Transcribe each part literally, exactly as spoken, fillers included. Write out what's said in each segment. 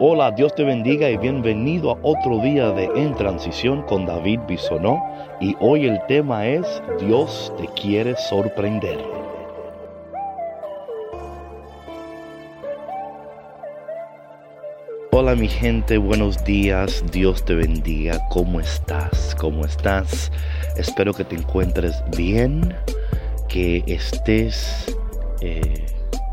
Hola, Dios te bendiga y bienvenido a otro día de En Transición con David Bisonó. Y hoy el tema es Dios te quiere sorprender. Hola mi gente, buenos días, Dios te bendiga. ¿Cómo estás? ¿Cómo estás? Espero que te encuentres bien, que estés eh,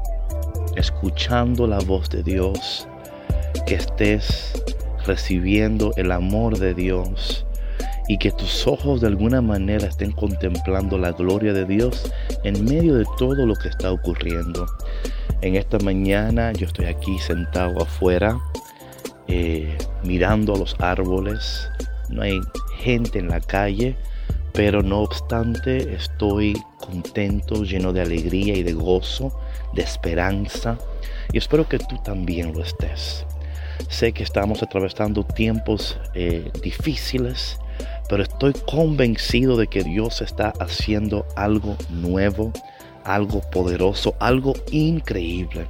escuchando la voz de Dios, que estés recibiendo el amor de Dios y que tus ojos de alguna manera estén contemplando la gloria de Dios en medio de todo lo que está ocurriendo. En esta mañana yo estoy aquí sentado afuera eh, mirando a los árboles. No hay gente en la calle, pero no obstante estoy contento, lleno de alegría y de gozo, de esperanza, y espero que tú también lo estés. Sé que estamos atravesando tiempos eh, difíciles, pero estoy convencido de que Dios está haciendo algo nuevo, algo poderoso, algo increíble.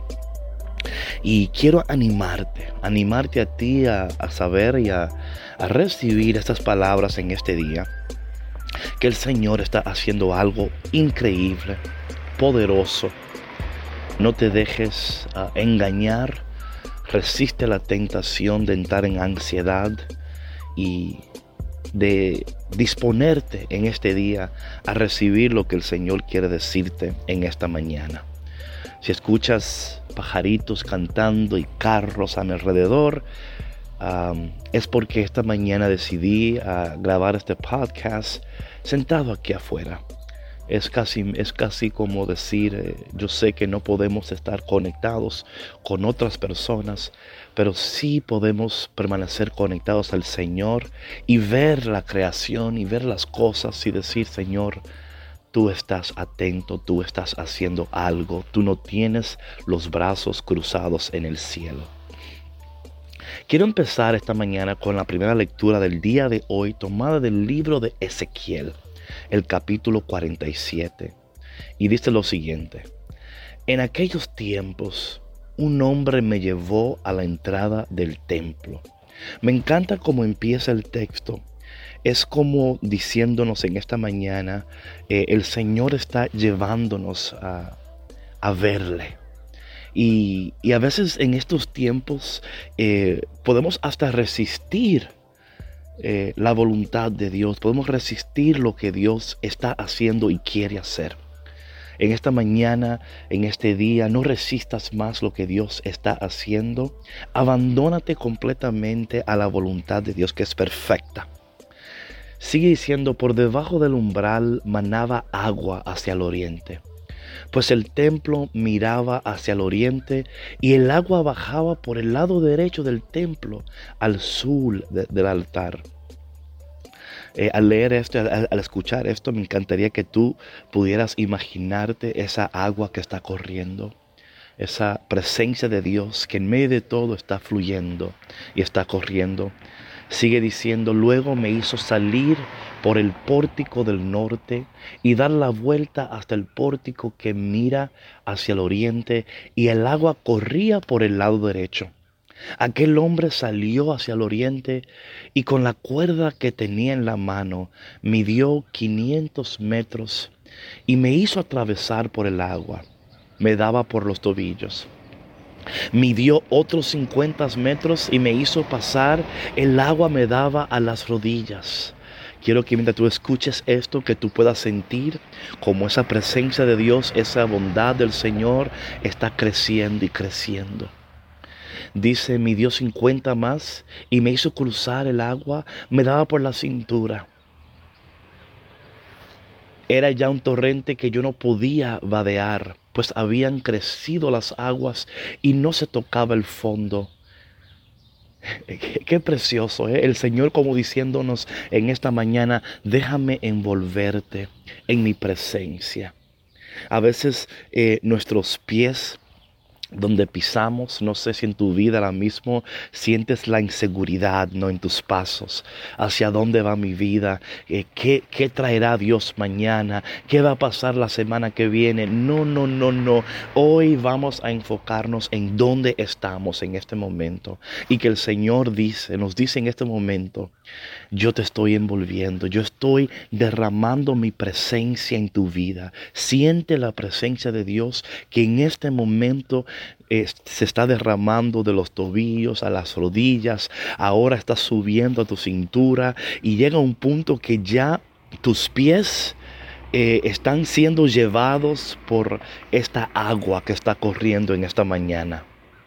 Y quiero animarte, animarte a ti a, a saber y a, a recibir estas palabras en este día. Que el Señor está haciendo algo increíble, poderoso. No te dejes uh, engañar. Resiste la tentación de entrar en ansiedad y de disponerte en este día a recibir lo que el Señor quiere decirte en esta mañana. Si escuchas pajaritos cantando y carros a mi alrededor, um, es porque esta mañana decidí uh, grabar este podcast sentado aquí afuera. Es casi, es casi como decir, eh, yo sé que no podemos estar conectados con otras personas, pero sí podemos permanecer conectados al Señor y ver la creación y ver las cosas y decir, Señor, tú estás atento, tú estás haciendo algo, tú no tienes los brazos cruzados en el cielo. Quiero empezar esta mañana con la primera lectura del día de hoy, tomada del libro de Ezequiel, el capítulo cuarenta y siete, y dice lo siguiente: en aquellos tiempos un hombre me llevó a la entrada del templo. Me encanta cómo empieza el texto. Es como diciéndonos en esta mañana, eh, el Señor está llevándonos a, a verle. Y, y a veces en estos tiempos eh, podemos hasta resistir Eh, la voluntad de Dios. Podemos resistir lo que Dios está haciendo y quiere hacer. En esta mañana, en este día, no resistas más lo que Dios está haciendo. Abandónate completamente a la voluntad de Dios, que es perfecta. Sigue diciendo, por debajo del umbral manaba agua hacia el oriente. Pues el templo miraba hacia el oriente y el agua bajaba por el lado derecho del templo al sur de, del altar. Eh, al leer esto, al, al escuchar esto, me encantaría que tú pudieras imaginarte esa agua que está corriendo, esa presencia de Dios que en medio de todo está fluyendo y está corriendo. Sigue diciendo, luego me hizo salir por el pórtico del norte y dar la vuelta hasta el pórtico que mira hacia el oriente, y el agua corría por el lado derecho. Aquel hombre salió hacia el oriente y con la cuerda que tenía en la mano midió quinientos metros y me hizo atravesar por el agua. Me daba por los tobillos. Midió otros cincuenta metros y me hizo pasar. El agua me daba a las rodillas. Quiero que mientras tú escuches esto, que tú puedas sentir cómo esa presencia de Dios, esa bondad del Señor está creciendo y creciendo. Dice, midió cincuenta más y me hizo cruzar el agua, me daba por la cintura. Era ya un torrente que yo no podía vadear, pues habían crecido las aguas y no se tocaba el fondo. Qué, qué precioso, ¿eh? El Señor como diciéndonos en esta mañana, déjame envolverte en mi presencia. A veces eh, nuestros pies donde pisamos. No sé si en tu vida ahora mismo sientes la inseguridad, ¿no? En tus pasos. ¿Hacia dónde va mi vida? Eh, ¿qué, ¿Qué traerá Dios mañana? ¿Qué va a pasar la semana que viene? No, no, no, no. Hoy vamos a enfocarnos en dónde estamos en este momento. Y que el Señor dice, nos dice en este momento: yo te estoy envolviendo, yo estoy derramando mi presencia en tu vida. Siente la presencia de Dios que en este momento eh, se está derramando de los tobillos a las rodillas. Ahora está subiendo a tu cintura y llega un punto que ya tus pies eh, están siendo llevados por esta agua que está corriendo en esta mañana.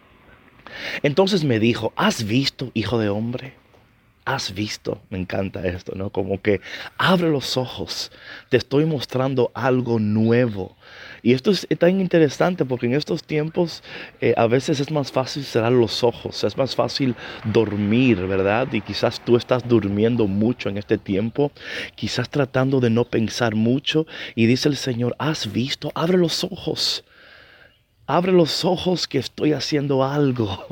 Entonces me dijo: ¿has visto, hijo de hombre? ¿Has visto? Me encanta esto, ¿no? Como que abre los ojos, te estoy mostrando algo nuevo. Y esto es tan interesante porque en estos tiempos eh, a veces es más fácil cerrar los ojos, es más fácil dormir, ¿verdad? Y quizás tú estás durmiendo mucho en este tiempo, quizás tratando de no pensar mucho. Y dice el Señor: ¿has visto? Abre los ojos, abre los ojos que estoy haciendo algo.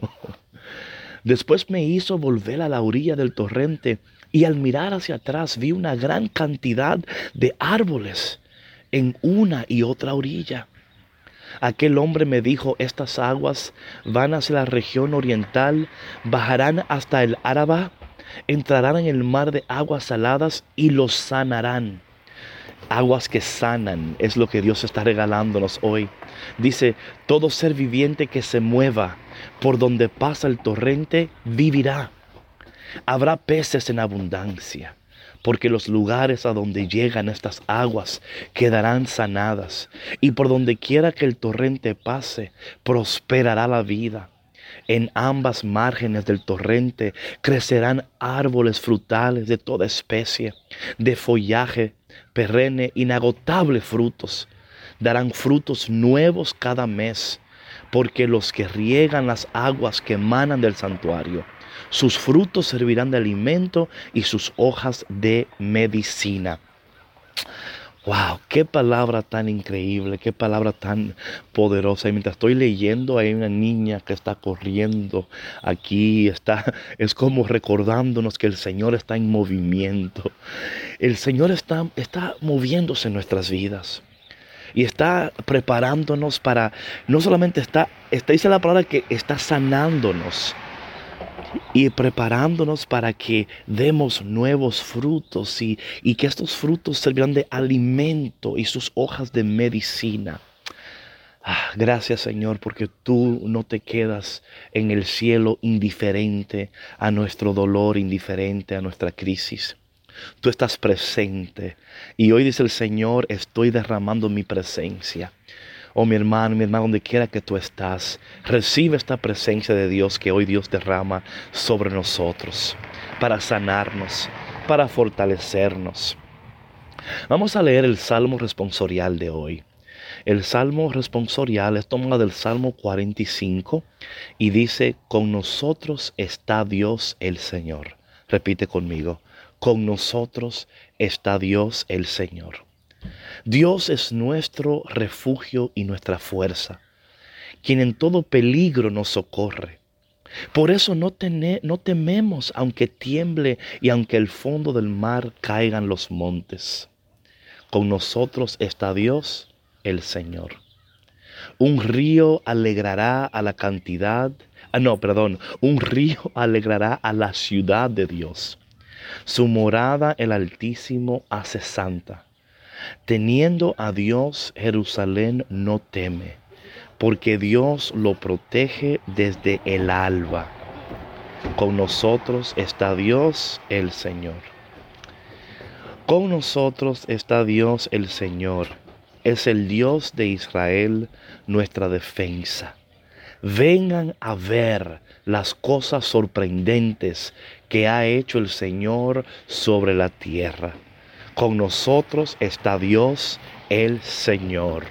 Después me hizo volver a la orilla del torrente y al mirar hacia atrás vi una gran cantidad de árboles en una y otra orilla. Aquel hombre me dijo: estas aguas van hacia la región oriental, bajarán hasta el Araba, entrarán en el mar de aguas saladas y los sanarán. Aguas que sanan es lo que Dios está regalándonos hoy. Dice: todo ser viviente que se mueva por donde pasa el torrente vivirá. Habrá peces en abundancia, porque los lugares a donde llegan estas aguas quedarán sanadas. Y por donde quiera que el torrente pase, prosperará la vida. En ambas márgenes del torrente crecerán árboles frutales de toda especie, de follaje perenne, inagotable frutos. Darán frutos nuevos cada mes, porque los que riegan las aguas que emanan del santuario, sus frutos servirán de alimento y sus hojas de medicina. Wow, qué palabra tan increíble, qué palabra tan poderosa. Y mientras estoy leyendo, hay una niña que está corriendo aquí, está, es como recordándonos que el Señor está en movimiento. El Señor está, está moviéndose en nuestras vidas. Y está preparándonos para, no solamente está, está, dice la palabra que está sanándonos y preparándonos para que demos nuevos frutos y, y que estos frutos servirán de alimento y sus hojas de medicina. Ah, gracias, Señor, porque tú no te quedas en el cielo indiferente a nuestro dolor, indiferente a nuestra crisis. Tú estás presente y hoy dice el Señor: estoy derramando mi presencia. Oh, mi hermano, mi hermano, donde quiera que tú estás, recibe esta presencia de Dios que hoy Dios derrama sobre nosotros para sanarnos, para fortalecernos. Vamos a leer el Salmo responsorial de hoy. El Salmo responsorial es tomado del Salmo cuarenta y cinco y dice: con nosotros está Dios el Señor. Repite conmigo: con nosotros está Dios el Señor. Dios es nuestro refugio y nuestra fuerza, quien en todo peligro nos socorre. Por eso no, tene, no tememos aunque tiemble y aunque el fondo del mar caigan los montes. Con nosotros está Dios el Señor. Un río alegrará a la cantidad, ah, no, perdón, un río alegrará a la ciudad de Dios. Su morada el Altísimo hace santa. Teniendo a Dios, Jerusalén no teme, porque Dios lo protege desde el alba. Con nosotros está Dios el Señor. Con nosotros está Dios el Señor. Es el Dios de Israel, nuestra defensa. Vengan a ver las cosas sorprendentes que ha hecho el Señor sobre la tierra. Con nosotros está Dios el Señor.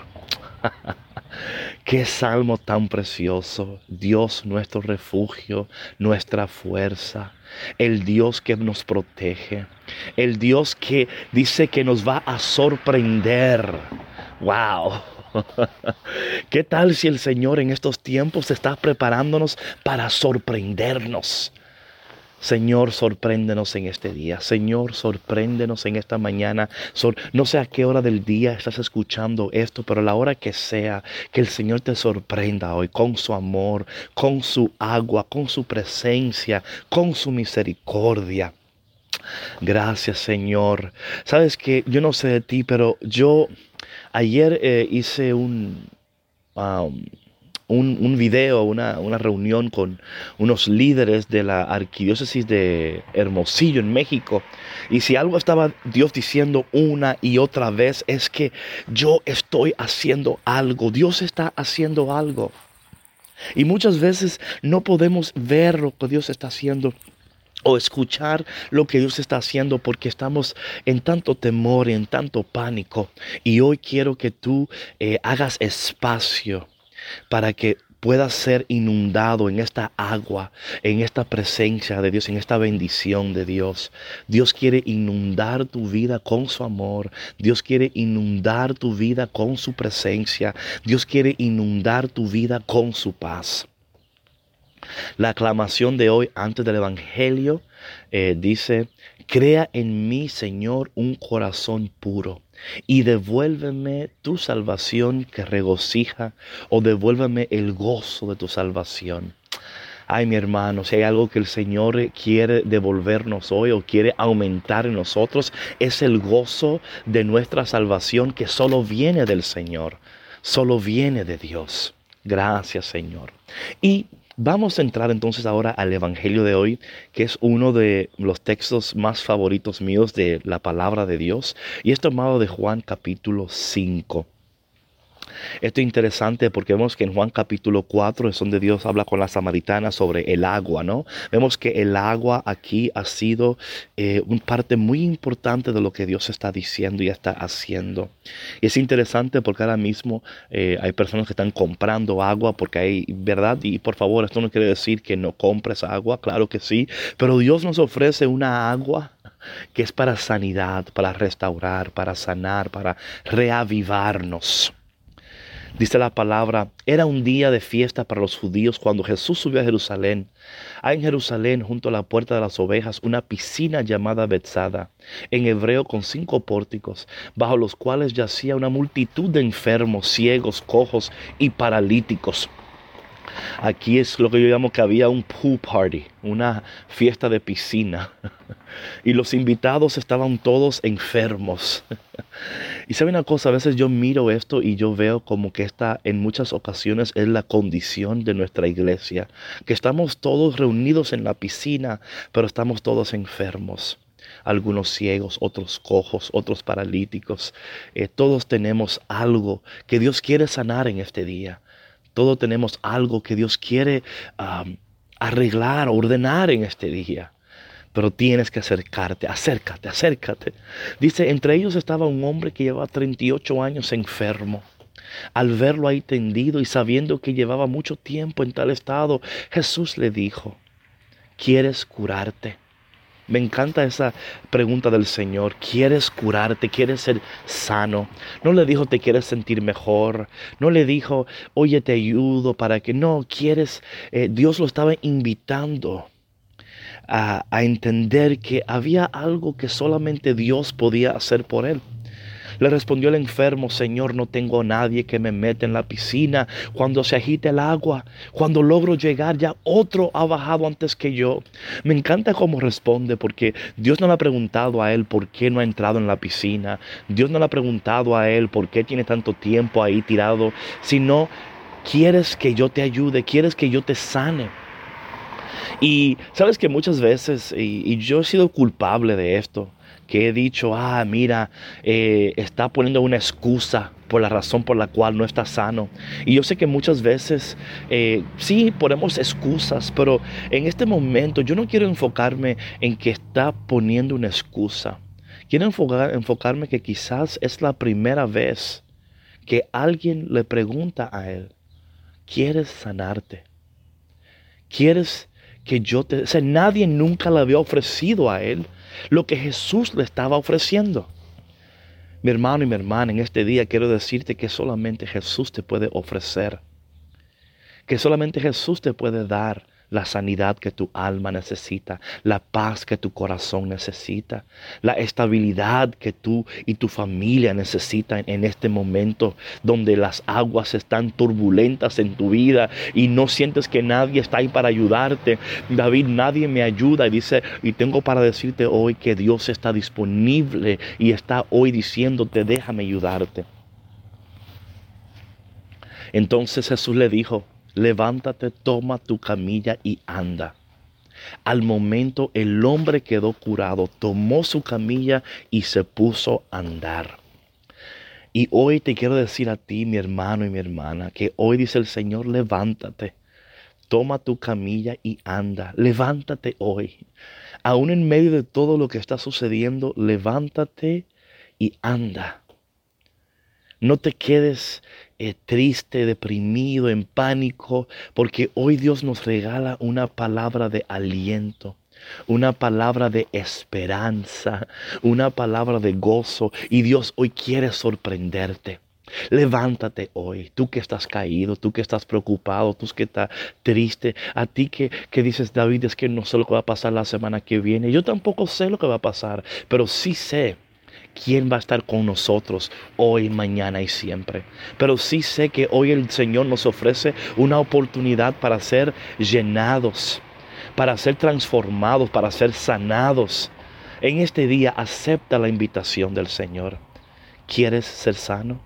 Qué salmo tan precioso. Dios nuestro refugio, nuestra fuerza. El Dios que nos protege. El Dios que dice que nos va a sorprender. ¡Wow! ¿Qué tal si el Señor en estos tiempos está preparándonos para sorprendernos? Señor, sorpréndenos en este día. Señor, sorpréndenos en esta mañana. Sor- no sé a qué hora del día estás escuchando esto, pero a la hora que sea, que el Señor te sorprenda hoy con su amor, con su agua, con su presencia, con su misericordia. Gracias, Señor. Sabes que yo no sé de ti, pero yo ayer eh, hice un, um, un, un video, una, una reunión con unos líderes de la arquidiócesis de Hermosillo en México. Y si algo estaba Dios diciendo una y otra vez es que yo estoy haciendo algo. Dios está haciendo algo. Y muchas veces no podemos ver lo que Dios está haciendo o escuchar lo que Dios está haciendo porque estamos en tanto temor y en tanto pánico. Y hoy quiero que tú eh, hagas espacio para que puedas ser inundado en esta agua, en esta presencia de Dios, en esta bendición de Dios. Dios quiere inundar tu vida con su amor. Dios quiere inundar tu vida con su presencia. Dios quiere inundar tu vida con su paz. La aclamación de hoy antes del Evangelio eh, dice: crea en mí, Señor, un corazón puro y devuélveme tu salvación que regocija, o devuélveme el gozo de tu salvación. Ay, mi hermano, si hay algo que el Señor quiere devolvernos hoy o quiere aumentar en nosotros, es el gozo de nuestra salvación que solo viene del Señor, solo viene de Dios. Gracias, Señor. Y vamos a entrar entonces ahora al Evangelio de hoy, que es uno de los textos más favoritos míos de la palabra de Dios, y es tomado de Juan capítulo cinco. Esto es interesante porque vemos que en Juan capítulo cuatro es donde Dios habla con la samaritana sobre el agua, ¿no? Vemos que el agua aquí ha sido eh, una parte muy importante de lo que Dios está diciendo y está haciendo. Y es interesante porque ahora mismo eh, hay personas que están comprando agua porque hay, ¿verdad? Y por favor, esto no quiere decir que no compres agua, claro que sí, pero Dios nos ofrece una agua que es para sanidad, para restaurar, para sanar, para reavivarnos. Dice la palabra: era un día de fiesta para los judíos cuando Jesús subió a Jerusalén. Hay en Jerusalén, junto a la puerta de las ovejas, una piscina llamada Bethsada, en hebreo con cinco pórticos, bajo los cuales yacía una multitud de enfermos, ciegos, cojos y paralíticos. Aquí es lo que yo llamo que había un pool party, una fiesta de piscina. Y los invitados estaban todos enfermos. Y sabe una cosa, a veces yo miro esto y yo veo como que esta en muchas ocasiones es la condición de nuestra iglesia. Que estamos todos reunidos en la piscina, pero estamos todos enfermos. Algunos ciegos, otros cojos, otros paralíticos. Eh, todos tenemos algo que Dios quiere sanar en este día. Todos tenemos algo que Dios quiere um, arreglar, ordenar en este día. Pero tienes que acercarte, acércate, acércate. Dice: entre ellos estaba un hombre que llevaba treinta y ocho años enfermo. Al verlo ahí tendido y sabiendo que llevaba mucho tiempo en tal estado, Jesús le dijo: ¿quieres curarte? Me encanta esa pregunta del Señor. ¿Quieres curarte? ¿Quieres ser sano? No le dijo: ¿te quieres sentir mejor? No le dijo: oye, te ayudo para que... No, quieres... Eh, Dios lo estaba invitando a, a entender que había algo que solamente Dios podía hacer por él. Le respondió el enfermo: Señor, no tengo a nadie que me meta en la piscina cuando se agite el agua. Cuando logro llegar, ya otro ha bajado antes que yo. Me encanta cómo responde, porque Dios no le ha preguntado a él por qué no ha entrado en la piscina. Dios no le ha preguntado a él por qué tiene tanto tiempo ahí tirado, sino: ¿quieres que yo te ayude? ¿Quieres que yo te sane? Y sabes que muchas veces, y, y yo he sido culpable de esto, que he dicho: ah, mira, eh, está poniendo una excusa por la razón por la cual no está sano. Y yo sé que muchas veces, eh, sí, ponemos excusas, pero en este momento yo no quiero enfocarme en que está poniendo una excusa. Quiero enfocar, enfocarme que quizás es la primera vez que alguien le pregunta a él: ¿quieres sanarte? ¿Quieres que yo te... O sea, nadie nunca le había ofrecido a él lo que Jesús le estaba ofreciendo. Mi hermano y mi hermana, en este día quiero decirte que solamente Jesús te puede ofrecer, que solamente Jesús te puede dar la sanidad que tu alma necesita, la paz que tu corazón necesita, la estabilidad que tú y tu familia necesitan en este momento donde las aguas están turbulentas en tu vida y no sientes que nadie está ahí para ayudarte. David, nadie me ayuda, y dice, y tengo para decirte hoy que Dios está disponible y está hoy diciéndote, déjame ayudarte. Entonces Jesús le dijo, levántate, toma tu camilla y anda. Al momento el hombre quedó curado, tomó su camilla y se puso a andar. Y hoy te quiero decir a ti, mi hermano y mi hermana, que hoy dice el Señor, levántate, toma tu camilla y anda. Levántate hoy. Aún en medio de todo lo que está sucediendo, levántate y anda. No te quedes eh, triste, deprimido, en pánico, porque hoy Dios nos regala una palabra de aliento, una palabra de esperanza, una palabra de gozo. Y Dios hoy quiere sorprenderte. Levántate hoy, tú que estás caído, tú que estás preocupado, tú que estás triste, a ti que, que dices, David, es que no sé lo que va a pasar la semana que viene. Yo tampoco sé lo que va a pasar, pero sí sé quién va a estar con nosotros hoy, mañana y siempre. Pero sí sé que hoy el Señor nos ofrece una oportunidad para ser llenados, para ser transformados, para ser sanados. En este día acepta la invitación del Señor. ¿Quieres ser sano?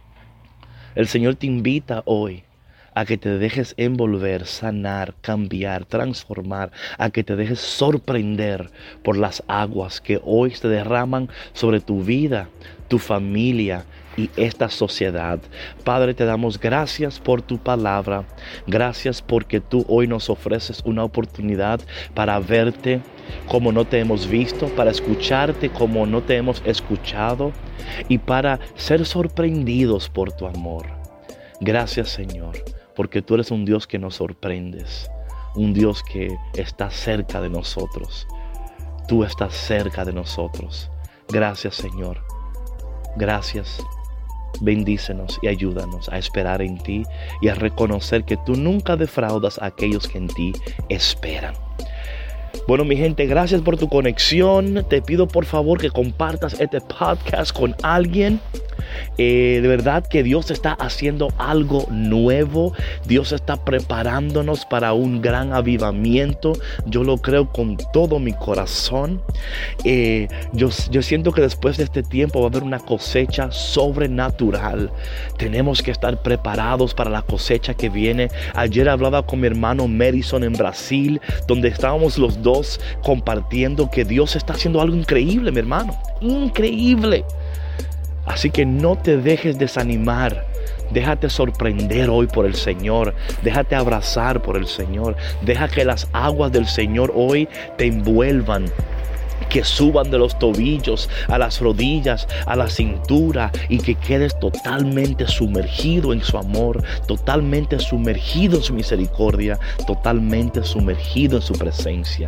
El Señor te invita hoy a que te dejes envolver, sanar, cambiar, transformar, a que te dejes sorprender por las aguas que hoy se derraman sobre tu vida, tu familia y esta sociedad. Padre, te damos gracias por tu palabra. Gracias porque tú hoy nos ofreces una oportunidad para verte como no te hemos visto, para escucharte como no te hemos escuchado y para ser sorprendidos por tu amor. Gracias, Señor, porque tú eres un Dios que nos sorprendes, un Dios que está cerca de nosotros. Tú estás cerca de nosotros. Gracias, Señor. Gracias. Bendícenos y ayúdanos a esperar en ti y a reconocer que tú nunca defraudas a aquellos que en ti esperan. Bueno, mi gente, gracias por tu conexión. Te pido por favor que compartas este podcast con alguien. Eh, de verdad que Dios está haciendo algo nuevo. Dios está preparándonos para un gran avivamiento. Yo lo creo con todo mi corazón. Eh, yo, yo siento que después de este tiempo va a haber una cosecha sobrenatural. Tenemos que estar preparados para la cosecha que viene. Ayer hablaba con mi hermano Madison en Brasil, donde estábamos los dos compartiendo que Dios está haciendo algo increíble, mi hermano. Increíble. Así que no te dejes desanimar. Déjate sorprender hoy por el Señor. Déjate abrazar por el Señor. Deja que las aguas del Señor hoy te envuelvan. Que suban de los tobillos a las rodillas, a la cintura, y que quedes totalmente sumergido en su amor, totalmente sumergido en su misericordia, totalmente sumergido en su presencia.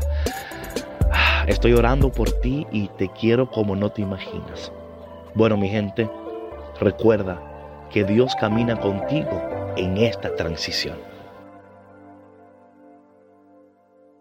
Estoy orando por ti y te quiero como no te imaginas. Bueno, mi gente, recuerda que Dios camina contigo en esta transición.